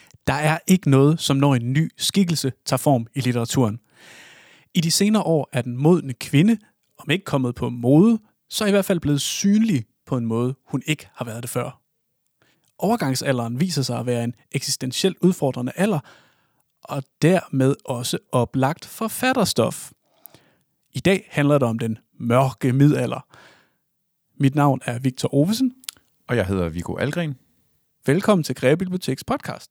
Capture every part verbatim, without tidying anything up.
Der er ikke noget, som når en ny skikkelse tager form i litteraturen. I de senere år er den modne kvinde, om ikke kommet på mode, så i hvert fald blevet synlig på en måde, hun ikke har været det før. Overgangsalderen viser sig at være en eksistentielt udfordrende alder, og dermed også oplagt forfatterstof. I dag handler det om den mørke middelalder. Mit navn er Victor Ovesen. Og jeg hedder Viggo Algren. Velkommen til Greve Biblioteks podcast.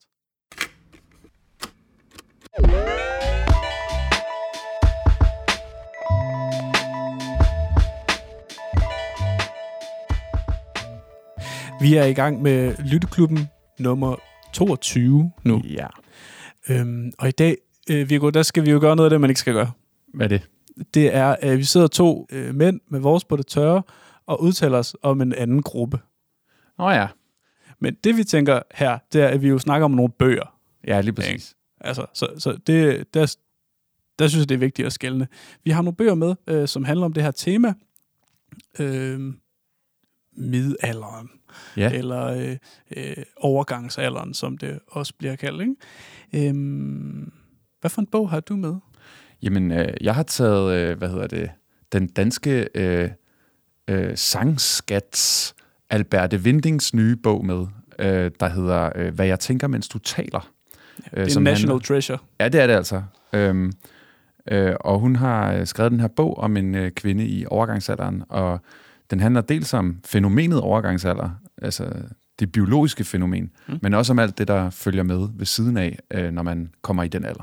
Vi er i gang med Lytteklubben nummer toogtyve nu. Ja. Øhm, og i dag, øh, Viggo, der skal vi jo gøre noget af det, man ikke skal gøre. Hvad er det? Det er, at vi sidder to øh, mænd med vores på det tørre og udtaler os om en anden gruppe. Nå ja. Men det vi tænker her, det er, at vi jo snakker om nogle bøger. Ja, lige præcis. Altså, så, så det, der, der synes jeg, det er vigtigt at skelne. Vi har nogle bøger med, øh, som handler om det her tema. Øh, middelalderen. Ja. Eller øh, øh, overgangsalderen, som det også bliver kaldt. Ikke? Øh, hvad for en bog har du med? Jamen, øh, jeg har taget, øh, hvad hedder det, den danske øh, øh, sangskats Alberte Windings nye bog med, øh, der hedder øh, Hvad jeg tænker, mens du taler. Ja, det er National handler... Treasure. Ja, det er det altså. Øhm, øh, og hun har skrevet den her bog om en øh, kvinde i overgangsalderen, og den handler dels om fænomenet overgangsalder, altså det biologiske fænomen, mm. men også om alt det, der følger med ved siden af, øh, når man kommer i den alder.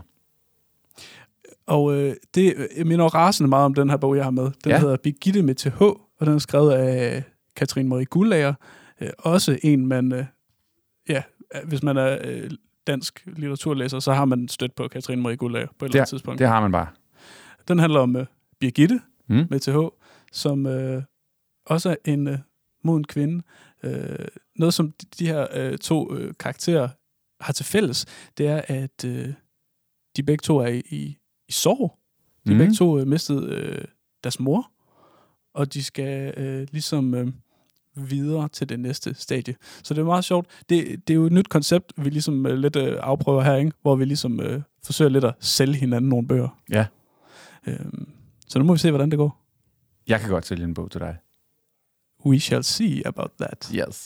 Og øh, det jeg minder rasende meget om den her bog, jeg har med. Den ja. hedder Birgitte med T H, og den er skrevet af Katrine Marie Guldager. Øh, også en, man, øh, ja, hvis man er øh, dansk litteraturlæser, så har man stødt på Katrine Marie Guldager på et eller andet tidspunkt. Det har man bare. Den handler om øh, Birgitte mm. med T H, som øh, også er en øh, moden kvinde. Øh, noget, som de, de her øh, to øh, karakterer har til fælles, det er, at øh, de begge to er i, i, i sorg. De mm. begge to øh, mistede øh, deres mor, og de skal øh, ligesom øh, videre til det næste stadie. Så det er meget sjovt. Det, det er jo et nyt koncept, vi ligesom øh, lidt øh, afprøver her, ikke? Hvor vi ligesom øh, forsøger lidt at sælge hinanden nogle bøger. Ja. Øhm, så nu må vi se, hvordan det går. Jeg kan godt sælge en bog til dig. We shall see about that. Yes.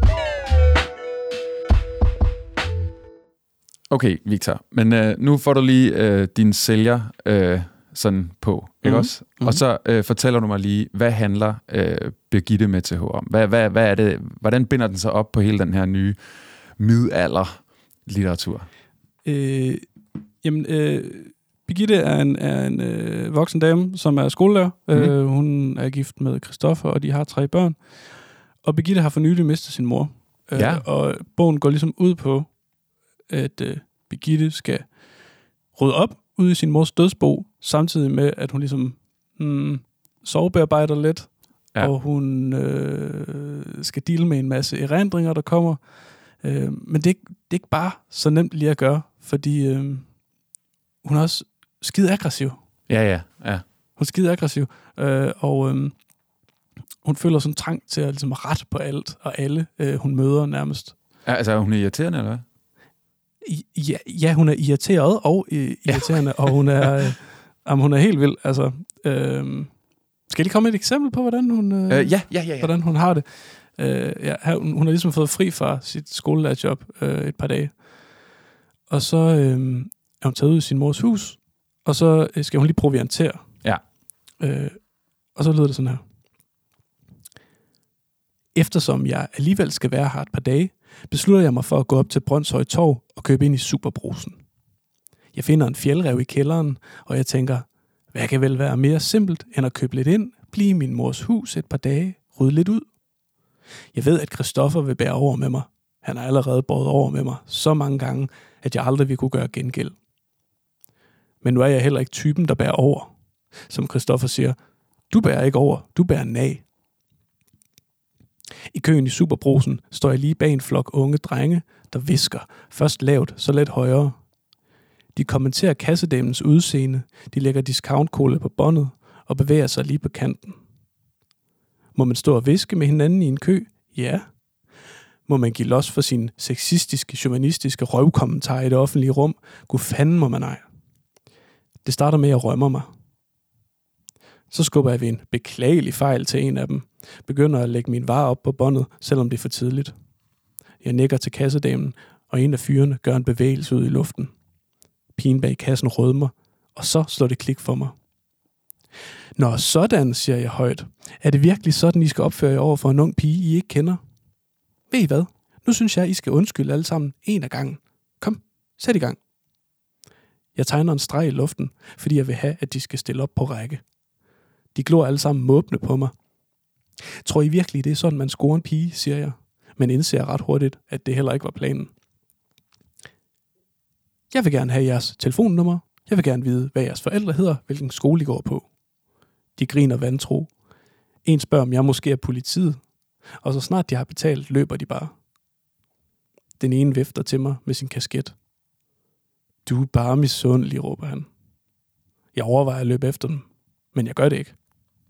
Okay, Victor. Men øh, nu får du lige øh, din sælger øh, sådan på, ikke mm-hmm. også? Mm-hmm. Og så øh, fortæller du mig lige, hvad handler øh, Birgitte med T H om? Hvad, hvad, hvad er det? Hvordan binder den sig op på hele den her nye middelalder-litteratur? Øh, jamen, øh, Birgitte er en, er en øh, voksen dame, som er skolelærer. Mm-hmm. Øh, hun er gift med Christoffer, og de har tre børn. Og Birgitte har for nylig mistet sin mor. Øh, ja. Og bogen går ligesom ud på, at øh, Birgitte skal rydde op ude i sin mors dødsbo, samtidig med, at hun ligesom hmm, sovebearbejder lidt, ja. Og hun øh, skal deale med en masse erindringer, der kommer. Øh, men det er, det er ikke bare så nemt lige at gøre, fordi øh, hun er også skide aggressiv. Ja, ja, ja. Hun er skide aggressiv, øh, og øh, hun føler sådan trang til at ligesom rette på alt og alle, øh, hun møder nærmest. Ja, altså, er hun irriterende, eller hvad? Ja, ja, hun er irriteret og øh, irriterende, ja. Og hun er, øh, jamen, hun er helt vild. Altså, øh, skal jeg lige komme med et eksempel på, hvordan hun, øh, øh, ja, ja, ja, ja. hvordan hun har det? Øh, ja, hun, hun har ligesom fået fri fra sit skolelærerjob øh, et par dage. Og så øh, er hun taget ud i sin mors hus, og så øh, skal hun lige proviantere. Ja. Øh, og så lyder det sådan her. Eftersom jeg alligevel skal være her et par dage, beslutter jeg mig for at gå op til Brøndshøj Torv og købe ind i Superbrusen. Jeg finder en fjeldrev i kælderen, og jeg tænker, hvad kan vel være mere simpelt end at købe lidt ind, blive i min mors hus et par dage, rydde lidt ud. Jeg ved, at Christoffer vil bære over med mig. Han har allerede båret over med mig så mange gange, at jeg aldrig vil kunne gøre gengæld. Men nu er jeg heller ikke typen, der bærer over. Som Christoffer siger, du bærer ikke over, du bærer nag. I køen i Superbrusen står jeg lige bag en flok unge drenge, der hvisker, først lavt, så lidt højere. De kommenterer kassedamens udseende, de lægger discount-cola på båndet og bevæger sig lige på kanten. Må man stå og hviske med hinanden i en kø? Ja. Må man give los for sin sexistiske, chauvinistiske røvkommentar i det offentlige rum? Gud fanden må man ej. Det starter med, at jeg rømmer mig. Så skubber jeg ved en beklagelig fejl til en af dem. Begynder at lægge min varer op på båndet, selvom det er for tidligt. Jeg nikker til kassedamen, og en af fyrene gør en bevægelse ud i luften. Pigen bag kassen rødmer, og så slår det klik for mig. Nå, sådan, siger jeg højt. Er det virkelig sådan, I skal opføre jer over for en ung pige, I ikke kender? Ved I hvad? Nu synes jeg, I skal undskylde alle sammen en af gangen. Kom, sæt i gang. Jeg tegner en streg i luften, fordi jeg vil have, at de skal stille op på række. De glor alle sammen måbne på mig. Tror I virkelig, det er sådan, man scorer en pige, siger jeg, men indser ret hurtigt, at det heller ikke var planen. Jeg vil gerne have jeres telefonnummer. Jeg vil gerne vide, hvad jeres forældre hedder, hvilken skole I går på. De griner vantro. En spørger, om jeg måske er politiet, og så snart de har betalt, løber de bare. Den ene vifter til mig med sin kasket. Du er bare misundelig, råber han. Jeg overvejer at løbe efter dem, men jeg gør det ikke.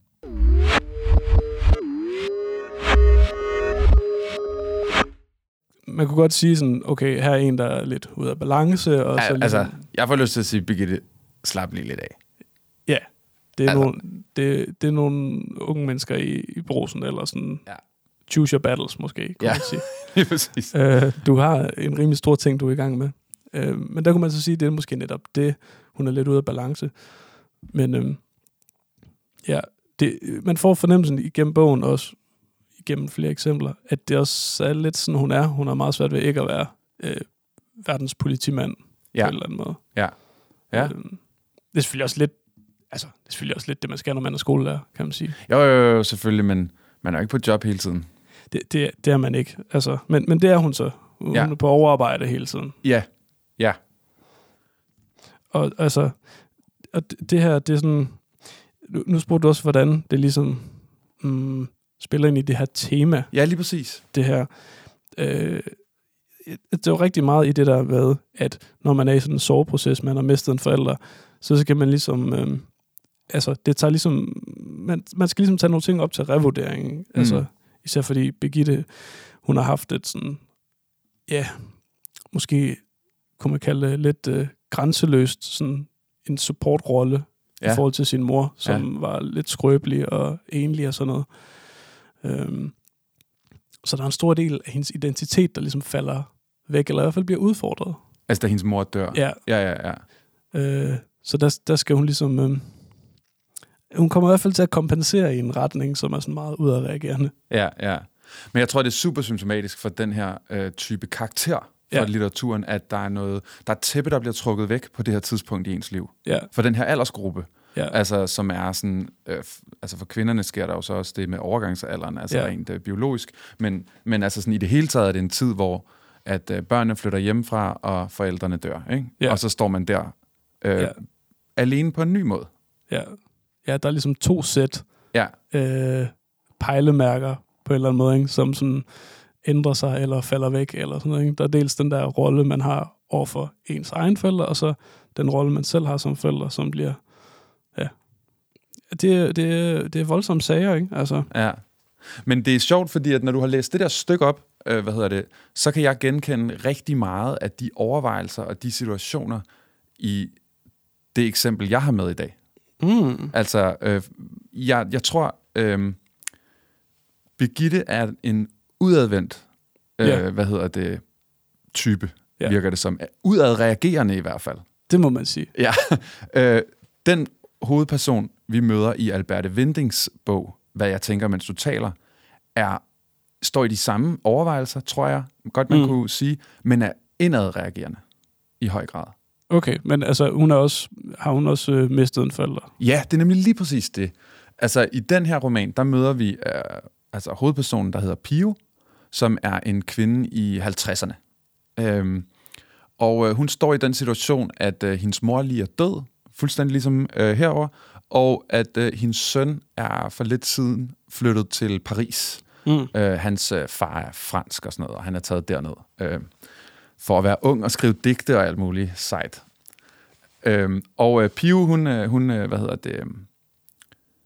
Man kunne godt sige sådan, okay, her er en, der er lidt ude af balance. Og ja, så altså, ligesom, jeg får lyst til at sige, Birgitte, slap lige lidt af. Ja, det er, altså. nogle, det, det er nogle unge mennesker i, i Brugsen, eller sådan, ja. Choose your battles måske, kunne ja. man sige. Ja, præcis. Øh, du har en rimelig stor ting, du er i gang med. Øh, men der kunne man så sige, det er måske netop det, hun er lidt ude af balance. Men øh, ja, det, man får fornemmelsen igennem bogen også, igennem flere eksempler, at det også er lidt sådan, hun er. Hun har meget svært ved ikke at være øh, verdens politimand ja. på en eller anden måde. Ja. Ja. Øh, det er selvfølgelig også lidt, altså, det er selvfølgelig også lidt det, man skal, når man er skolelærer, kan man sige. Jo, jo, jo, selvfølgelig, men man er jo ikke på job hele tiden. Det, det, det er man ikke. Altså, men, men det er hun så. Hun ja. er på overarbejde hele tiden. Ja, ja. Og altså, og det, det her, det er sådan, nu, nu spurgte du også, hvordan det ligesom mm, spiller ind i det her tema. Ja, lige præcis. Det her. Øh, det er jo rigtig meget i det der med, at når man er i sådan en soveproces, man har mistet en forælder, så skal man ligesom, øh, altså det tager ligesom, man, man skal ligesom tage nogle ting op til revurdering. Mm. Altså, især fordi Birgitte, hun har haft et sådan, ja, måske kunne man kalde det lidt øh, grænseløst, sådan en supportrolle ja. i forhold til sin mor, som ja. var lidt skrøbelig og enlig og sådan noget. Øhm, så der er en stor del af hendes identitet, der ligesom falder væk, eller i hvert fald bliver udfordret. Altså da hendes mor dør? Ja. Ja, ja, ja. Øh, så der, der skal hun ligesom, øh, hun kommer i hvert fald til at kompensere i en retning, som er sådan meget udadreagerende. Ja, ja. Men jeg tror, det er super symptomatisk for den her øh, type karakter for ja. litteraturen, at der er noget, der er et tæppe, der bliver trukket væk på det her tidspunkt i ens liv. Ja. For den her aldersgruppe, ja. altså som er sådan, øh, f- altså for kvinderne sker der jo så også det med overgangsalderen, altså ja. rent øh, biologisk, men, men altså sådan i det hele taget er det en tid, hvor at øh, børnene flytter hjemmefra, og forældrene dør, ikke? Ja. Og så står man der øh, ja. alene på en ny måde. Ja. Ja, der er ligesom to sæt ja. øh, pejlemærker på en eller anden måde, ikke? Som sådan ændrer sig eller falder væk eller sådan noget, ikke? Der er dels den der rolle, man har overfor ens egen forældre, og så den rolle, man selv har som forældre, som bliver, ja, det, det, det er voldsomme sager, ikke? Altså. Ja, men det er sjovt, fordi at når du har læst det der stykke op, øh, hvad hedder det, så kan jeg genkende rigtig meget af de overvejelser og de situationer i det eksempel, jeg har med i dag. Mm. Altså, øh, jeg, jeg tror, øh, Birgitte er en udadvendt, øh, yeah. hvad hedder det, type, yeah. virker det som. Udadreagerende i hvert fald. Det må man sige. Ja. øh, den hovedperson, vi møder i Alberte Windings bog, Hvad jeg tænker, mens du taler, er, står i de samme overvejelser, tror jeg, godt man mm. kunne sige, men er indadreagerende i høj grad. Okay, men altså, hun er også, har hun også øh, mistet en forælder? Ja, det er nemlig lige præcis det. Altså, i den her roman, der møder vi øh, altså, hovedpersonen, der hedder Pio, som er en kvinde i halvtredserne. Øhm, og øh, hun står i den situation, at øh, hendes mor lige er død, fuldstændig ligesom øh, herover, og at øh, hendes søn er for lidt siden flyttet til Paris. Mm. Øh, hans øh, far er fransk og sådan noget, og han er taget derned øh, for at være ung og skrive digte og alt muligt sejt. Øh, og øh, Pio, hun, øh, hun, øh, hvad hedder det, øh,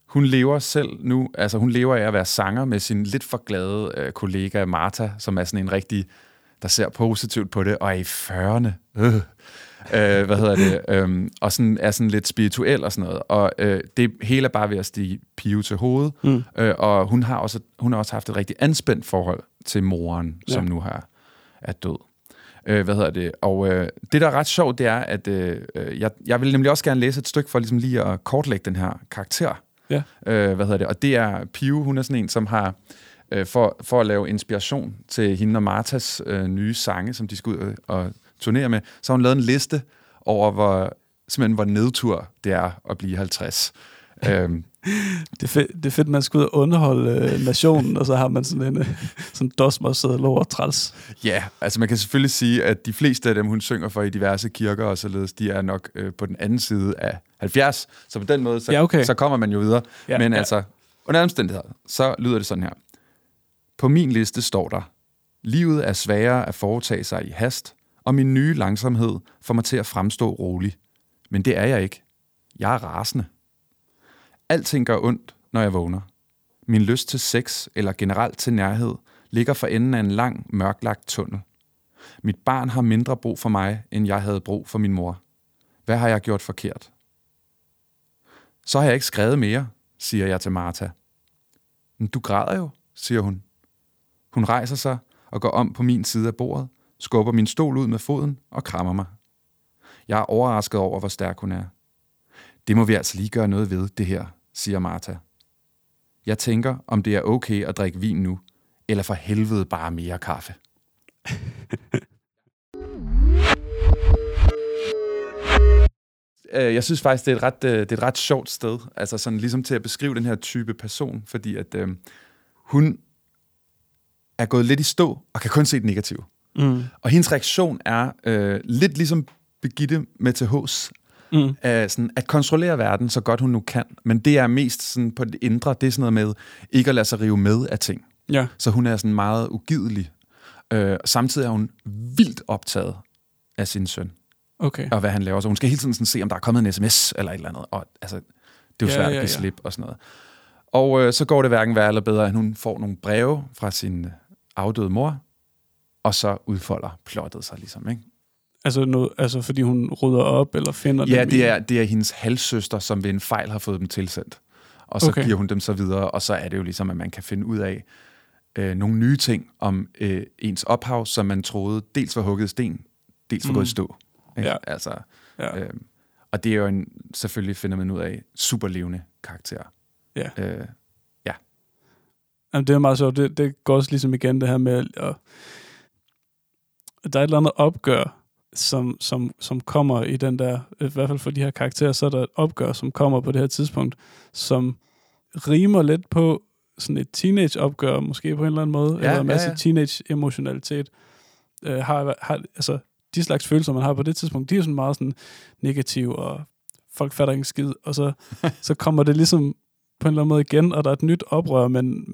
hun lever selv nu, altså hun lever af at være sanger med sin lidt for glade øh, kollega Martha, som er sådan en rigtig, der ser positivt på det, og er i fyrrerne. Øh. Øh, hvad hedder det? Øhm, og sådan, er sådan lidt spirituel og sådan noget. Og øh, det hele er bare ved at stige Pio til hovedet. Mm. Øh, og hun har, også, hun har også haft et rigtig anspændt forhold til moren, ja. som nu har, er død. Øh, hvad hedder det? Og øh, det, der er ret sjovt, det er, at øh, jeg, jeg vil nemlig også gerne læse et stykke for ligesom lige at kortlægge den her karakter. Ja. Øh, hvad hedder det? Og det er Pio, hun er sådan en, som har øh, for, for at lave inspiration til hende og Marthas øh, nye sange, som de skal ud og turnere med, så har hun lavet en liste over, hvor, simpelthen, hvor nedtur det er at blive halvtreds. øhm. det, er fedt, det er fedt, man skal ud og underholde øh, nationen, og så har man sådan en sådan dosmersedel over træls. Ja, altså man kan selvfølgelig sige, at de fleste af dem, hun synger for i diverse kirker og således, de er nok øh, på den anden side af halvfjerds, så på den måde, så, ja, okay. så kommer man jo videre. Ja, Men ja. altså, under omstændigheder, så lyder det sådan her. På min liste står der, livet er sværere at foretage sig i hast, og min nye langsomhed får mig til at fremstå rolig. Men det er jeg ikke. Jeg er rasende. Alting gør ondt, når jeg vågner. Min lyst til sex eller generelt til nærhed ligger for enden af en lang, mørklagt tunnel. Mit barn har mindre brug for mig, end jeg havde brug for min mor. Hvad har jeg gjort forkert? Så har jeg ikke skrevet mere, siger jeg til Martha. Men du græder jo, siger hun. Hun rejser sig og går om på min side af bordet, skubber min stol ud med foden og krammer mig. Jeg er overrasket over, hvor stærk hun er. Det må vi altså lige gøre noget ved, det her, siger Martha. Jeg tænker, om det er okay at drikke vin nu, eller for helvede bare mere kaffe. Jeg synes faktisk, det er, et ret, det er et ret sjovt sted, altså sådan ligesom til at beskrive den her type person, fordi at øh, hun er gået lidt i stå og kan kun se det negative. Mm. Og hendes reaktion er øh, lidt ligesom Birgitte med T H's, mm. øh, sådan at kontrollere verden så godt hun nu kan, men det er mest sådan på det indre, det er sådan noget med ikke at lade sig rive med af ting. Ja. Så hun er sådan meget ugidelig. Øh, samtidig er hun vildt optaget af sin søn. Okay. Og hvad han laver. Så hun skal hele tiden sådan se, om der er kommet en sms eller et eller andet. Og altså, det er jo ja, svært ja, ja. at give slip og sådan noget. Og øh, så går det hverken værre eller bedre, at hun får nogle breve fra sin afdøde mor, og så udfolder plottet sig ligesom, ikke? Altså, noget, altså fordi hun rydder op eller finder ja, dem? Ja, det er, det er hendes halvsøster, som ved en fejl har fået dem tilsendt. Og så okay. giver hun dem så videre, og så er det jo ligesom, at man kan finde ud af øh, nogle nye ting om øh, ens ophav, som man troede dels var hugget i sten, dels var mm. gået i stå. Ja. Altså, ja. Øh, og det er jo en, selvfølgelig finder man ud af, superlevende karakter. Ja. Øh, ja. Jamen, det er meget sjovt. Det, det går også ligesom igen det her med, at der er et eller andet opgør, som, som, som kommer i den der, i hvert fald for de her karakterer, så er der et opgør, som kommer på det her tidspunkt, som rimer lidt på sådan et teenage-opgør, måske på en eller anden måde, ja, eller en masse ja, ja. teenage-emotionalitet. Øh, har, har, altså, de slags følelser, man har på det tidspunkt, de er jo sådan meget sådan negative, og folk fatter ikke skid, og så, så kommer det ligesom på en eller anden måde igen, og der er et nyt oprør, men,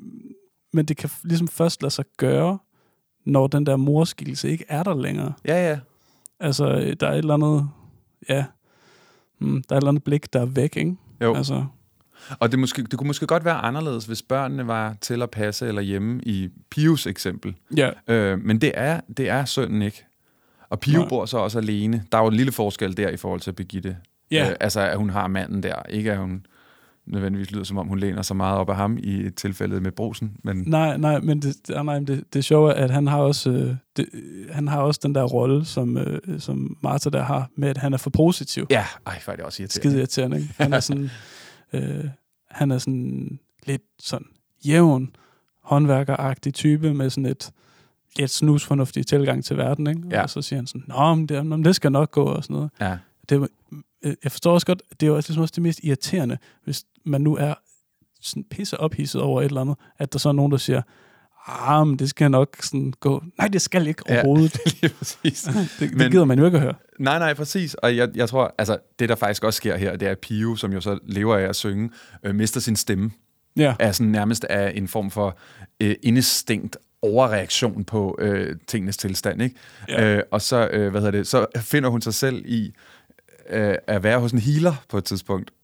men det kan ligesom først lade sig gøre, når den der morskikkelse ikke er der længere. Ja, ja. Altså, der er et eller andet, ja, hmm, der er et eller andet blik, der er væk, ikke? Jo. Altså. Og det, måske, det kunne måske godt være anderledes, hvis børnene var til at passe eller hjemme i Pius eksempel. Ja. Øh, men det er, det er sønnen ikke. Og Pio Nej. bor så også alene. Der er jo en lille forskel der i forhold til Birgitte. Ja. Øh, altså, at hun har manden der. Ikke at hun nødvendigvis lyder, som om hun læner så meget op af ham i et tilfælde med Brugsen. Men nej, nej, men det, nej, det, det er sjovt, at han har også, øh, det, han har også den der rolle, som, øh, som Martha der har, med at han er for positiv. Ja, ej, for det er også irriterende. Skide irriterende, ikke? Han er sådan, øh, han er sådan lidt sådan jævn, håndværkeragtig type, med sådan et lidt snusfornuftig tilgang til verden, ikke? Ja. Og så siger han sådan, nå, men det, men det skal nok gå, og sådan noget. Ja. Det, jeg forstår også godt, det er jo også, også det mest irriterende, hvis man nu er sådan pisse ophidset over et eller andet, at der så er nogen, der siger, ah, men det skal nok sådan gå. Nej, det skal ikke overhovedet. Ja, lige præcis. det, det gider man jo ikke at høre. Nej, nej, præcis. Og jeg, jeg tror, altså, det der faktisk også sker her, det er, at Pio, som jo så lever af at synge, øh, mister sin stemme. Ja. Er sådan nærmest af en form for øh, indestængt overreaktion på øh, tingenes tilstand, ikke? Ja. Øh, og så, øh, hvad hedder det, så finder hun sig selv i øh, at være hos en healer på et tidspunkt.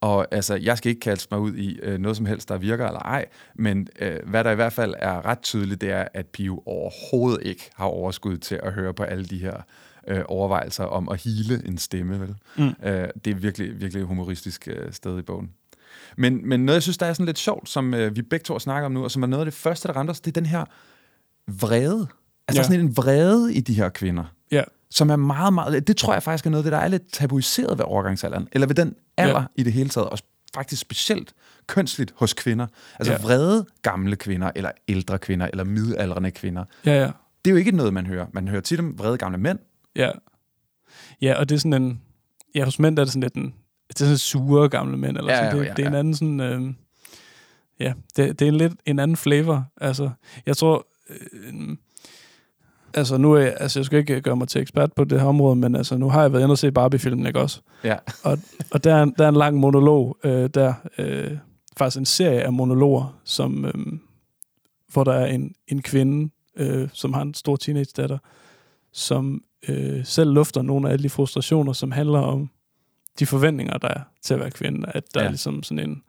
Og altså, jeg skal ikke kaste mig ud i øh, noget som helst, der virker eller ej, men øh, hvad der i hvert fald er ret tydeligt, det er, at Pio overhovedet ikke har overskud til at høre på alle de her øh, overvejelser om at hele en stemme. Vel? Mm. Øh, det er virkelig, virkelig humoristisk øh, sted i bogen. Men, men noget, jeg synes, der er sådan lidt sjovt, som øh, vi begge to snakker om nu, og som er noget af det første, der ramte os, det er den her vrede. Altså, ja. Sådan en vrede i de her kvinder. Ja. Som er meget, meget... Det tror jeg faktisk er noget af det, der er lidt tabuiseret ved overgangsalderen. Eller ved den alder ja. I det hele taget. Og faktisk specielt kønsligt hos kvinder. Altså ja. Vrede gamle kvinder, eller ældre kvinder, eller midaldrende kvinder. Ja, ja. Det er jo ikke noget, man hører. Man hører tit om vrede gamle mænd. Ja. Ja, og det er sådan en... Ja, hos mænd er det sådan lidt en... Det er sådan sure gamle mænd, eller ja, sådan. Det, ja, ja. det er en anden sådan... Øh, ja, det, det er en lidt en anden flavor. Altså, jeg tror... Øh, Altså nu er jeg, altså jeg skal ikke gøre mig til ekspert på det her område, men altså nu har jeg været inde og se Barbie-filmen, ikke også? Ja. og, og der er en, der er en lang monolog, øh, der øh, faktisk en serie af monologer, som, øh, hvor der er en, en kvinde, øh, som har en stor teenage-datter, som øh, selv lufter nogle af alle de frustrationer, som handler om de forventninger, der er til at være kvinde. At der ja. Er ligesom sådan en,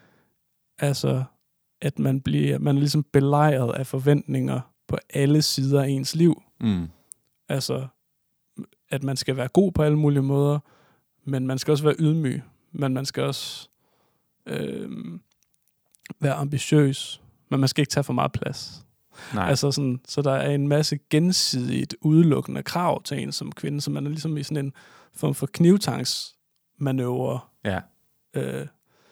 altså at man bliver, man er ligesom belejret af forventninger på alle sider af ens liv. Mm. Altså, at man skal være god på alle mulige måder, men man skal også være ydmyg, men man skal også øh, være ambitiøs, men man skal ikke tage for meget plads. Nej. Altså sådan, så der er en masse gensidigt udelukkende krav til en som kvinde, så man er ligesom i sådan en form for knivtangsmanøvre. Ja. Øh,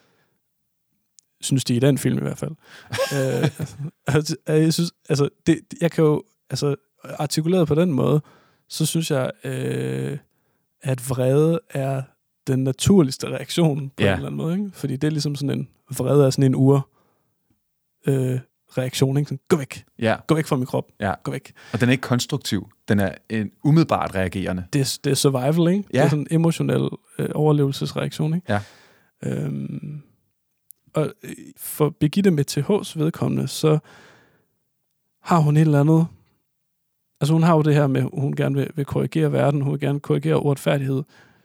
synes de i den film i hvert fald. øh, altså, jeg synes, altså, det, jeg kan jo, altså, artikuleret på den måde, så synes jeg, øh, at vrede er den naturligste reaktion på ja. En eller anden måde, ikke? Fordi det er ligesom sådan en, vrede er sådan en ur øh, reaktion, ikke? Sådan, gå væk. Ja. Gå væk fra min krop. Ja. Gå væk. Og den er ikke konstruktiv. Den er en umiddelbart reagerende. Det er, det er survival, ikke? Ja. Det er sådan en emotionel øh, overlevelsesreaktion, ikke? Ja. Øhm, Og for Birgitte med T H's vedkommende, så har hun et eller andet... Altså hun har jo det her med, at hun gerne vil, vil korrigere verden, hun vil gerne korrigere uretfærdighed.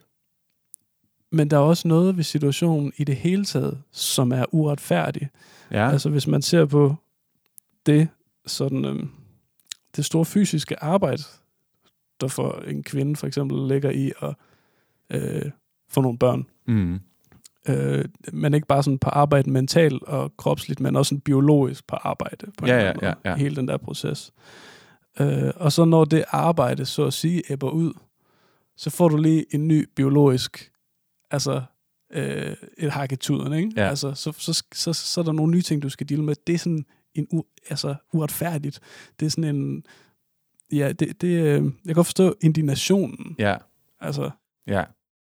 Men der er også noget ved situationen i det hele taget, som er uretfærdig. Ja. Altså hvis man ser på det, sådan, øhm, det store fysiske arbejde, der for en kvinde for eksempel ligger i at øh, få nogle børn. Mm. Øh, men ikke bare sådan på arbejde mentalt og kropsligt, men også sådan biologisk på arbejde på ja, en ja, måde, ja, ja. Hele den der proces. Øh, og så når det arbejde, så at sige, æbber ud, så får du lige en ny biologisk, altså øh, et hak i tuden, ikke? Ja. Altså, så, så, så, så er der nogle nye ting, du skal deale med. Det er sådan en u, altså, uretfærdigt. Det er sådan en, ja, det, det øh, jeg kan godt forstå indignationen. Ja. Altså. Ja.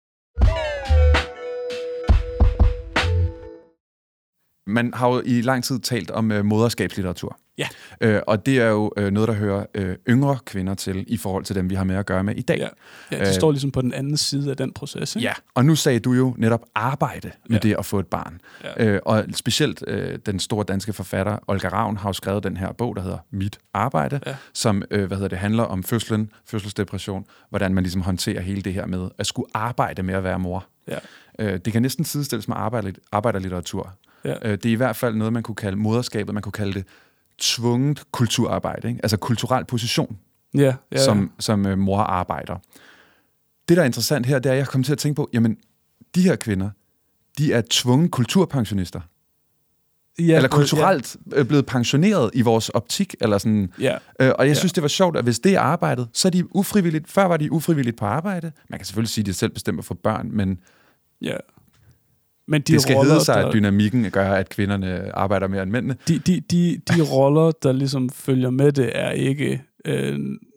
Man har jo i lang tid talt om øh, moderskabslitteratur. Ja. Øh, og det er jo øh, noget, der hører øh, yngre kvinder til, i forhold til dem, vi har med at gøre med i dag. Ja, ja de øh, står ligesom på den anden side af den proces. Ikke? Ja, og nu sagde du jo netop arbejde med ja. Det at få et barn. Ja. Øh, og specielt øh, den store danske forfatter, Olga Ravn, har jo skrevet den her bog, der hedder Mit Arbejde, ja. Som øh, hvad hedder det, handler om fødslen, fødselsdepression, hvordan man ligesom håndterer hele det her med at skulle arbejde med at være mor. Ja. Øh, det kan næsten sidestilles med arbejde, arbejderlitteratur. Ja. Det er i hvert fald noget, man kunne kalde moderskabet, man kunne kalde det tvunget kulturarbejde, ikke? Altså kulturel position, ja, ja, ja. som, som uh, mor arbejder. Det, der er interessant her, det er, at jeg kommer til at tænke på, jamen, de her kvinder, de er tvunget kulturpensionister. Ja, eller kulturelt ja. Blevet pensioneret i vores optik, eller sådan. Ja. Øh, og jeg synes, ja. Det var sjovt, at hvis det er arbejdet, så er de ufrivilligt, før var de ufrivilligt på arbejde. Man kan selvfølgelig sige, at de selv bestemmer for børn, men... Ja. Men de det skal hedde sig, der, at dynamikken gør, at kvinderne arbejder mere end mændene. De, de, de, de roller, der ligesom følger med det, er ikke... Øh,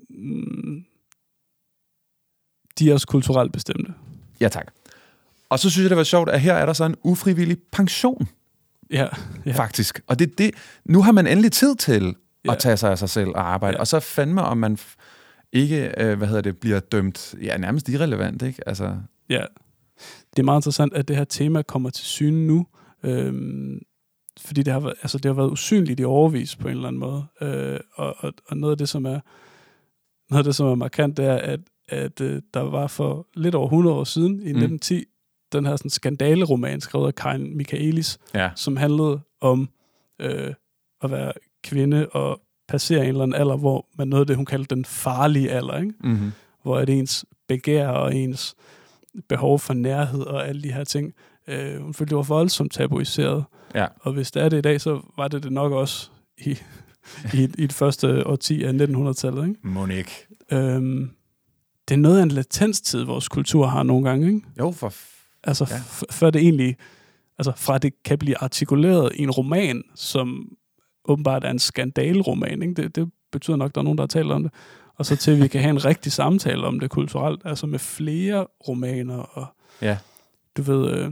de er også kulturelt bestemte. Ja, tak. Og så synes jeg, det var sjovt, at her er der så en ufrivillig pension. Ja. ja. Faktisk. Og det, det, nu har man endelig tid til ja. At tage sig af sig selv og arbejde. Ja. Og så fandme, om man ikke, øh, hvad hedder det, bliver dømt, ja, nærmest irrelevant, ikke? Altså... Ja. Det er meget interessant, at det her tema kommer til syne nu, øhm, fordi det har, været, altså det har været usynligt i overvis på en eller anden måde. Øh, og, og, og noget af det, som er noget af det, som er markant, det er, at, at øh, der var for lidt over hundrede år siden, i mm. nitten ti, den her sådan, skandaleroman, skrevet af Karin Michaelis, Ja. som handlede om øh, at være kvinde og passere en eller anden alder, hvor man nåede det, hun kaldte den farlige alder, ikke? Mm-hmm. Hvor er det ens begær og ens behov for nærhed og alle de her ting. Øh, hun følte, det var voldsomt tabuiseret. Ja. Og hvis det er det i dag, så var det det nok også i, i, i det første årti af nittenhundredetallet. Ikke? Monique. Øhm, det er noget af en latenstid, vores kultur har nogle gange. Ikke? Jo, for... F- altså, ja. f- før det egentlig... Altså, fra det kan blive artikuleret i en roman, som åbenbart er en skandalroman. Ikke? Det, det betyder nok, at der er nogen, der har talt om det. Og så til, vi kan have en rigtig samtale om det kulturelt. Altså med flere romaner og... Ja. Du ved... Øh,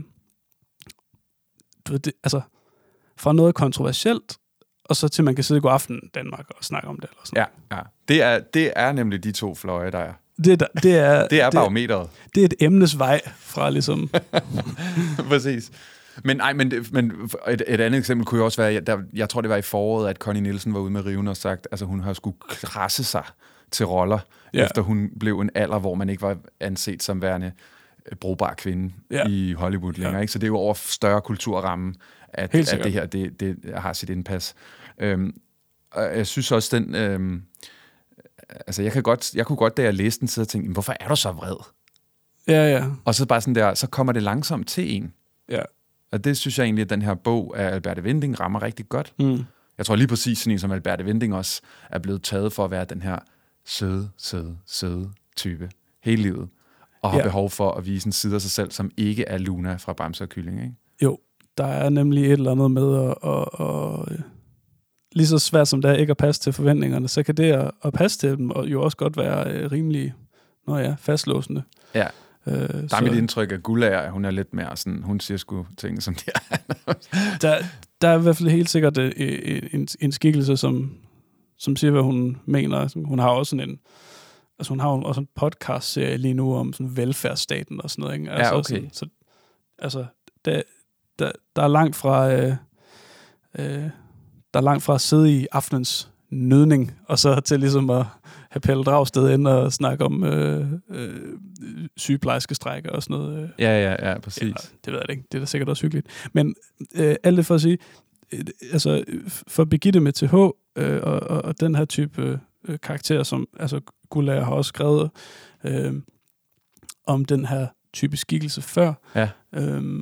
du ved det, altså, fra noget kontroversielt, og så til man kan sidde i God Aften Danmark og snakke om det. Eller sådan. Ja, ja. Det er, det er nemlig de to fløje, der er. Det, der, det er, det er det, barometeret. Det er et emnes vej fra ligesom... Præcis. Men, ej, men, men et, et andet eksempel kunne jo også være, jeg, der, jeg tror, det var i foråret, at Connie Nielsen var ude med riven og sagt, altså hun har skulle krasse sig til roller, ja. Efter hun blev en alder, hvor man ikke var anset som værende brugbar kvinde ja. I Hollywood længere. Ja. Ikke? Så det er jo over større kulturramme, at, at det her det, det har sit indpas. Øhm, og jeg synes også, den... Øhm, altså, jeg, kan godt, jeg kunne godt, da jeg læste den, sidde og tænke, hvorfor er du så vred? Ja, ja. Og så bare sådan der, så kommer det langsomt til en. Ja. Og det synes jeg egentlig, at den her bog af Alberte Winding rammer rigtig godt. Mm. Jeg tror lige præcis sådan en som Alberte Winding også er blevet taget for at være den her søde, søde, søde type hele livet. Og har ja. behov for at vise en side af sig selv, som ikke er Luna fra Bamse og Kylling, ikke? Jo, der er nemlig et eller andet med at, at, at, at lige så svært som det er ikke at passe til forventningerne, så kan det at, at passe til dem og jo også godt være rimelig, nå ja, fastlåsende. Ja. Øh, der er så, mit indtryk af Guldager, at hun er lidt mere sådan, hun siger sgu ting som det er. der, der er i hvert fald helt sikkert en, en, en skikkelse, som, som siger, hvad hun mener. Hun har også sådan en Altså hun har jo også en podcast-serie lige nu om sådan velfærdsstaten og sådan noget, ikke? Altså, ja, okay. Sådan, så, altså, der, der, der er langt fra øh, øh, der er langt fra at sidde i aftenens nødning, og så til ligesom at have Pelle Dragsted ind og snakke om øh, øh, sygeplejerskestrækker og sådan noget. Ja, ja, ja, præcis. Ja, det ved jeg ikke. Det er da sikkert også hyggeligt. Men øh, alt det for at sige, øh, altså for Birgitte med T H øh, og, og, og den her type øh, karakterer, som altså Guldager har også skrevet øh, om den her type skikkelse før. Ja. Øh,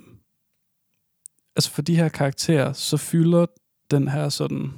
altså for de her karakterer, så fylder den her sådan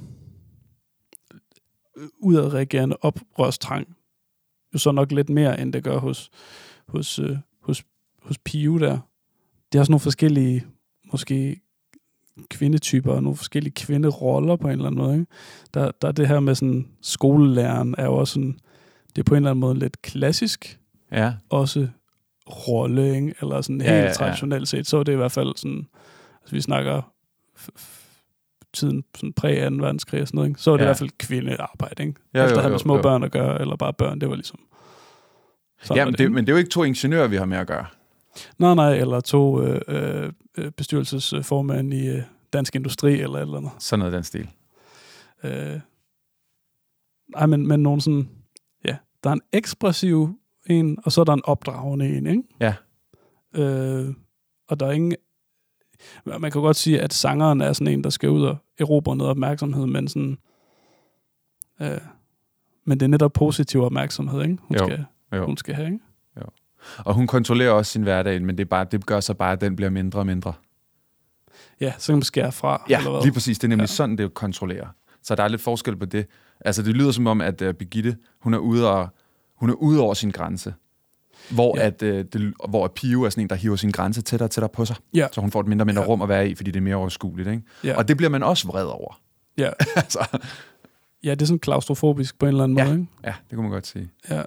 udadreagerende oprørstrang jo så nok lidt mere, end det gør hos, hos, øh, hos, hos Pio der. Det er også nogle forskellige, måske kvindetyper og nogle forskellige kvinderoller på en eller anden måde. Ikke? Der, der er det her med sådan, skolelæreren er jo også sådan, det er på en eller anden måde lidt klassisk. Ja. Også rolle, ikke? Eller sådan ja, helt ja, ja. traditionelt set. Så er det i hvert fald sådan, altså vi snakker f- f- tiden sådan præ-anden verdenskrig og sådan noget, ikke? Så er det ja. i hvert fald kvindearbejde, ikke? Ja, Efter jo, at have jo, med små jo. børn at gøre, eller bare børn, det var ligesom... Ja, men det, men det er jo ikke to ingeniører, vi har med at gøre. Nej, nej, eller to øh, øh, bestyrelsesformænd i øh, Dansk Industri, eller et eller andet. Sådan noget den stil. Øh, nej, men, men nogen sådan... Ja, der er en ekspressiv en, og så er der en opdragende en, ikke? Ja. Øh, og der er ingen... Man kan godt sige, at sangeren er sådan en, der skal ud og erobre noget opmærksomhed, men sådan... Øh, men det er netop positiv opmærksomhed, ikke? Hun, jo, skal, jo. hun skal have, ikke? Jo. Og hun kontrollerer også sin hverdag, men det, er bare, det gør så bare, at den bliver mindre og mindre. Ja, så kan man skære fra. Ja, eller hvad? lige præcis. Det er nemlig ja. sådan, det kontrollerer. Så der er lidt forskel på det. Altså, det lyder som om, at uh, Birgitte, hun er ude og, hun er ude over sin grænse. Hvor, ja. at, uh, det, hvor at Pio er sådan en, der hiver sin grænse tættere og tættere på sig. Ja. Så hun får et mindre og mindre ja. rum at være i, fordi det er mere overskueligt. Ikke? Ja. Og det bliver man også vred over. Ja. altså. Ja, det er sådan klaustrofobisk på en eller anden ja. måde, ikke? Ja, det kunne man godt sige. Ja.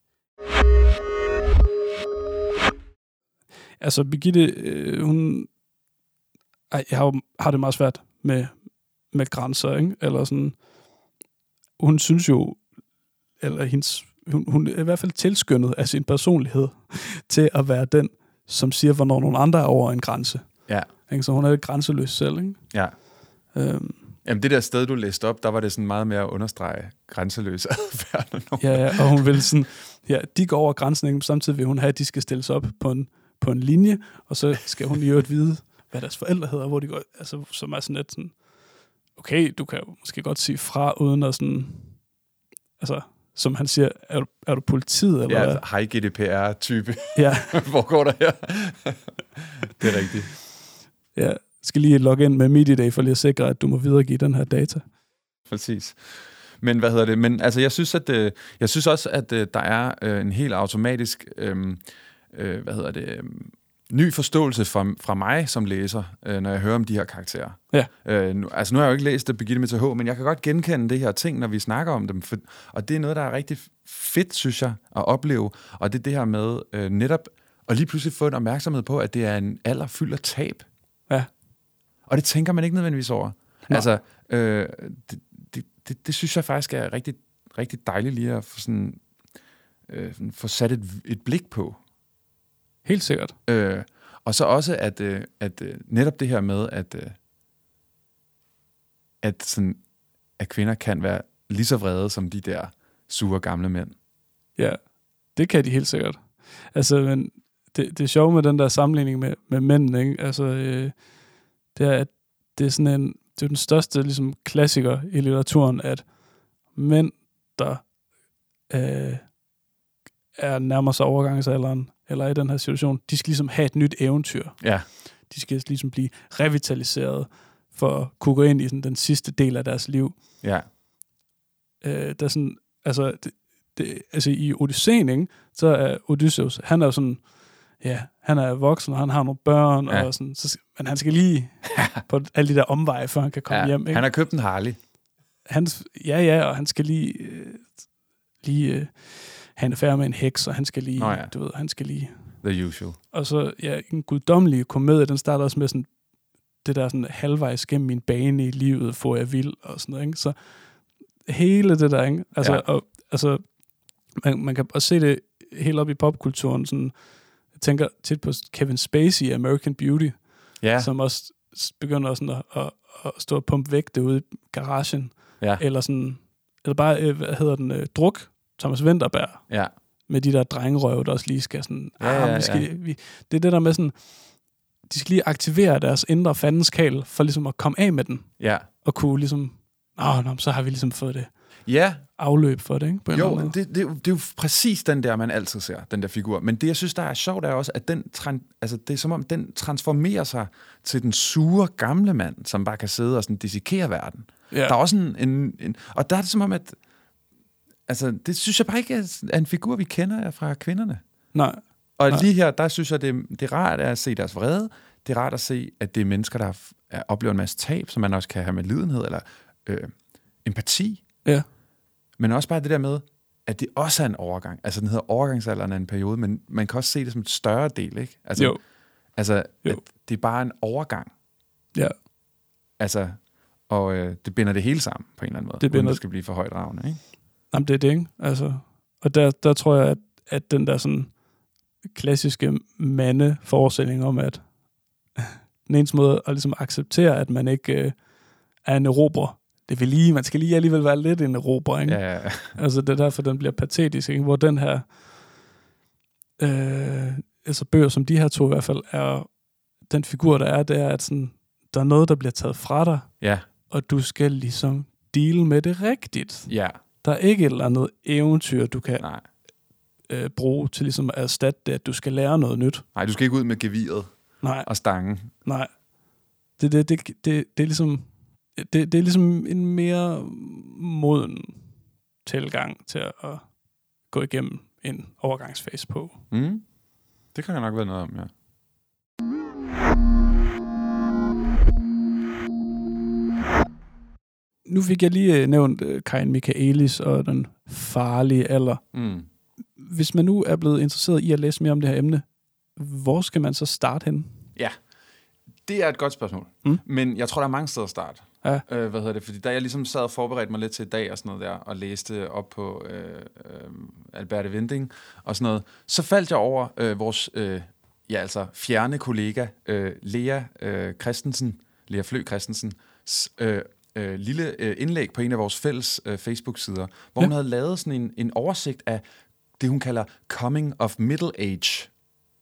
Altså, Birgitte, øh, hun... Ej, jeg har, jo, har det meget svært med, med grænser, ikke? Eller sådan... Hun synes jo... Eller hendes... Hun, hun er i hvert fald tilskyndet af sin personlighed til at være den, som siger, hvornår nogle andre er over en grænse. Ja. Ikke? Så hun er lidt grænseløs selv, ikke? Ja. Øhm, Jamen, det der sted, du læste op, der var det sådan meget mere at understrege grænseløs adfærd. ja, ja, og hun vil sådan... Ja, de går over grænsen, ikke? Samtidig vil hun have, at de skal stilles op på en på en linje, og så skal hun i øvrigt vide, hvad deres forældre hedder, hvor de går, altså, som er sådan lidt sådan, okay, du kan jo måske godt sige fra, uden at sådan, altså, som han siger, er du, er du politiet, eller ja, hvad? Altså, hej G D P R-type. Ja. Hvor går der her? Det er rigtigt. Ja, skal lige logge ind med MitID for lige at sikre, at du må videregive den her data. Præcis. Men hvad hedder det? Men altså, jeg synes, at øh, jeg synes også, at øh, der er øh, en helt automatisk, øh, øh, hvad hedder det, øh, ny forståelse fra, fra mig som læser, øh, når jeg hører om de her karakterer. Ja. Øh, nu, altså, nu har jeg jo ikke læst det Birgitte med T H, men jeg kan godt genkende det her ting, når vi snakker om dem. For, og det er noget, der er rigtig fedt, synes jeg, at opleve. Og det er det her med øh, netop at lige pludselig få en opmærksomhed på, at det er en alder fyldt af tab. Ja. Og det tænker man ikke nødvendigvis over. Nå. Altså, øh, det, det, det, det synes jeg faktisk er rigtig, rigtig dejligt lige at få, sådan, øh, få sat et, et blik på. Helt sikkert. Øh, og så også, at, øh, at øh, netop det her med, at, øh, at, sådan, at kvinder kan være lige så vrede som de der sure gamle mænd. Ja, det kan de helt sikkert. Altså, men det, det er sjovt med den der sammenligning med, med mændene, ikke? Altså, øh, det er, at det er sådan en, det er den største ligesom, klassiker i litteraturen, at mænd, der øh, er nærmere sig overgangsalderen, eller i den her situation, de skal ligesom have et nyt eventyr. Ja. De skal ligesom blive revitaliseret for at kunne gå ind i sådan, den sidste del af deres liv. Ja. Øh, der er sådan, altså, det, det, altså i Odysseen, ikke, så er Odysseus, han er jo sådan, ja, han er voksen, og han har nogle børn, ja. og sådan, så, men han skal lige på alle de der omveje, før han kan komme ja. hjem. Ikke? Han har købt en Harley. Hans, ja, ja, og han skal lige, øh, lige øh, have en affære med en heks, og han skal lige, Nå, ja. du ved, han skal lige... The usual. Og så, ja, en guddommelig komedie, den starter også med sådan, det der sådan halvvejs gennem min bane i livet, får jeg vild, og sådan noget, ikke? Så hele det der, ikke? Altså, ja. og, altså man, man kan også se det helt op i popkulturen, sådan, jeg tænker tit på Kevin Spacey i American Beauty, ja. som også begynder sådan at, at, at stå og pumpe vægte ude i garagen, ja. eller sådan, eller bare, hvad hedder den, uh, druk, Thomas Vinterberg, ja. med de der drengerøve, der også lige skal sådan, ja, ja, ah, vi skal, ja. vi, det er det der med sådan, de skal lige aktivere deres indre fandenskal, for ligesom at komme af med den, ja. og kunne ligesom, åh, nå, så har vi ligesom fået det ja. afløb for det, ikke? På en jo, det, det, det er jo præcis den der, man altid ser, den der figur. Men det, jeg synes, der er sjovt, er også, at den, altså, det er som om, den transformerer sig til den sure gamle mand, som bare kan sidde og sådan dissekere verden. Ja. Der er også en, en, en... Og der er det som om, at... Altså, det synes jeg bare ikke er en figur, vi kender fra kvinderne. Nej. Og Nej. lige her, der synes jeg, det, det er rart at se deres vrede. Det er rart at se, at det er mennesker, der er, oplever en masse tab, som man også kan have med lidenhed eller øh, empati. Ja. Men også bare det der med, at det også er en overgang. Altså, den hedder overgangsalderen af en periode, men man kan også se det som et større del, ikke? Altså, jo. Altså, jo. At det er bare en overgang. Ja. Altså, og øh, det binder det hele sammen på en eller anden måde. Det binder... det skal blive for højdragende, ikke? Jamen, det er det, ikke? Altså, og der, der tror jeg, at, at den der sådan klassiske mandeforestilling om, at den eneste måde at ligesom acceptere, at man ikke øh, er en erobrer, det vil lige, man skal lige alligevel være lidt en erobrer, ikke? Ja, ja, ja. Altså, det er derfor, den bliver patetisk, ikke? Hvor den her, øh, altså bøger som de her to i hvert fald, er den figur, der er, det er, at sådan, der er noget, der bliver taget fra dig, ja. og du skal ligesom deal med det rigtigt. Ja. Der er ikke et eller andet eventyr, du kan Nej. Øh, bruge til ligesom at erstatte det, at du skal lære noget nyt. Nej, du skal ikke ud med geviret Nej. og stangen. Nej. Det, det, det, det, det er ligesom det, det er ligesom en mere moden tilgang til at, at gå igennem en overgangsfase på. Mm. Det kan jeg nok være noget om, ja. Nu fik jeg lige nævnt uh, Karin Michaëlis og den farlige alder. Mm. Hvis man nu er blevet interesseret i at læse mere om det her emne, hvor skal man så starte henne? Ja, det er et godt spørgsmål. Mm. Men jeg tror, der er mange steder at starte. Ja. Øh, hvad hedder det? Fordi da jeg ligesom sad og forberedte mig lidt til i dag og sådan noget der, og læste op på øh, øh, Alberte Winding og sådan noget, så faldt jeg over øh, vores øh, ja, altså fjerne kollega, øh, Lea øh, Christensen, Lea Flø Christensen, øh, øh, lille øh, indlæg på en af vores fælles øh, Facebook-sider, hvor ja. hun havde lavet sådan en, en oversigt af det, hun kalder coming of middle age.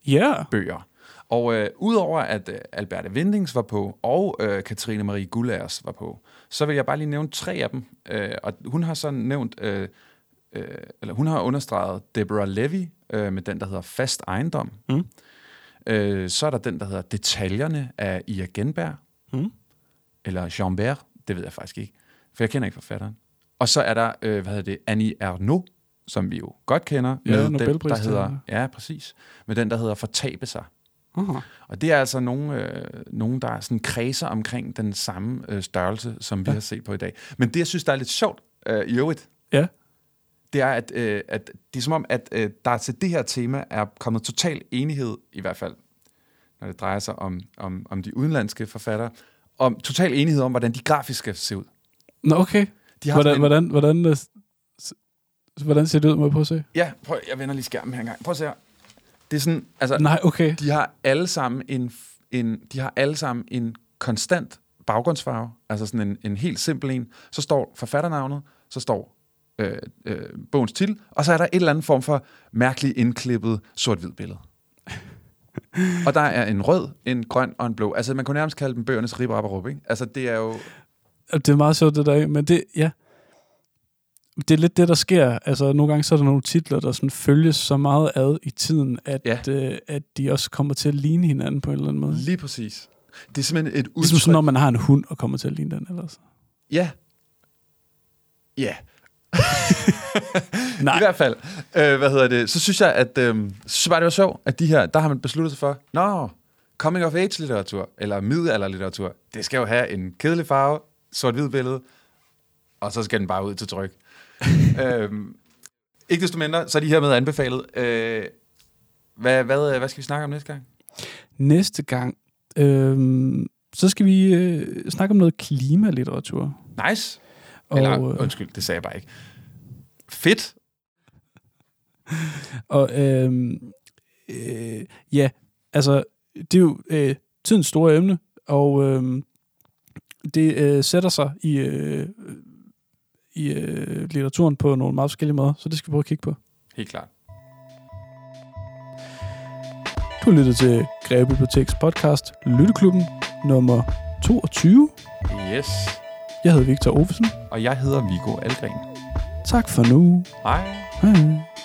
Ja. bøger. Og øh, udover at øh, Alberte Windings var på, og øh, Katrine Marie Gullers var på, så vil jeg bare lige nævne tre af dem. Øh, og hun har så nævnt, øh, øh, eller hun har understreget Deborah Levy øh, med den, der hedder Fast Ejendom. Mm. Øh, så er der den, der hedder Detaljerne af Ia Genberg. Mm. Eller Jean Bert, det ved jeg faktisk ikke, for jeg kender ikke forfatteren. Og så er der, øh, hvad hedder det, Annie Ernaux, som vi jo godt kender, Ja, med den, Nobelpris, der hedder, ja. ja, præcis, med den, der hedder Fortabe sig. Aha. Og det er altså nogen, øh, nogen der er sådan kredser omkring den samme øh, størrelse, som vi ja. har set på i dag. Men det, jeg synes, der er lidt sjovt øh, i øvrigt, ja. det er, at, øh, at det er som om, at øh, der til det her tema er kommet total enighed, i hvert fald, når det drejer sig om, om, om de udenlandske forfattere, om total enighed om, hvordan de grafisk skal se ud. Nå, okay. De har hvordan, en, hvordan, hvordan, hvordan, hvordan ser det ud, må jeg prøve at se? Ja, prøv, jeg vender lige skærmen her engang. Prøv at se her. Det er sådan, altså, Nej, okay. de har alle sammen en, en, de har alle sammen en konstant baggrundsfarve, altså sådan en, en helt simpel en. Så står forfatternavnet, så står øh, øh, bogens titel, og så er der et eller andet form for mærkeligt indklippet sort-hvid billede. Og der er en rød, en grøn og en blå. Altså, man kunne nærmest kalde dem bøgernes rip, rap og rup, ikke? Altså, det er jo... Det er meget sjovt, det der, men det, ja... Det er lidt det, der sker. Altså, nogle gange så er der nogle titler, der sådan følges så meget ad i tiden, at, ja. øh, at de også kommer til at ligne hinanden på en eller anden måde. Lige præcis. Det er simpelthen et udtryk... Ligesom sådan, når man har en hund og kommer til at ligne den ellers. Ja. Ja. Nej. I hvert fald. Øh, hvad hedder det? Så synes jeg, at øh, så var det jo sjovt, at de her, der har man besluttet sig for, nå, coming of age litteratur, eller middelalderlitteratur, det skal jo have en kedelig farve, sort-hvid billede, og så skal den bare ud til tryk. øhm, ikke desto mindre, så er de her med anbefalet. Øh, hvad, hvad, hvad skal vi snakke om næste gang? Næste gang, øh, så skal vi øh, snakke om noget klimalitteratur. Nice. Og, Eller, undskyld, det sagde jeg bare ikke. Fedt. Og øh, øh, ja, altså, det er jo øh, tidens store emne, og øh, det øh, sætter sig i... Øh, i øh, litteraturen på nogle meget forskellige måder, så det skal vi prøve at kigge på. Helt klart. Du har lyttet til Greve Biblioteks podcast Lytteklubben nummer toogtyve. Yes. Jeg hedder Victor Ovesen. Og jeg hedder Viggo Algren. Tak for nu. Hej. Hej.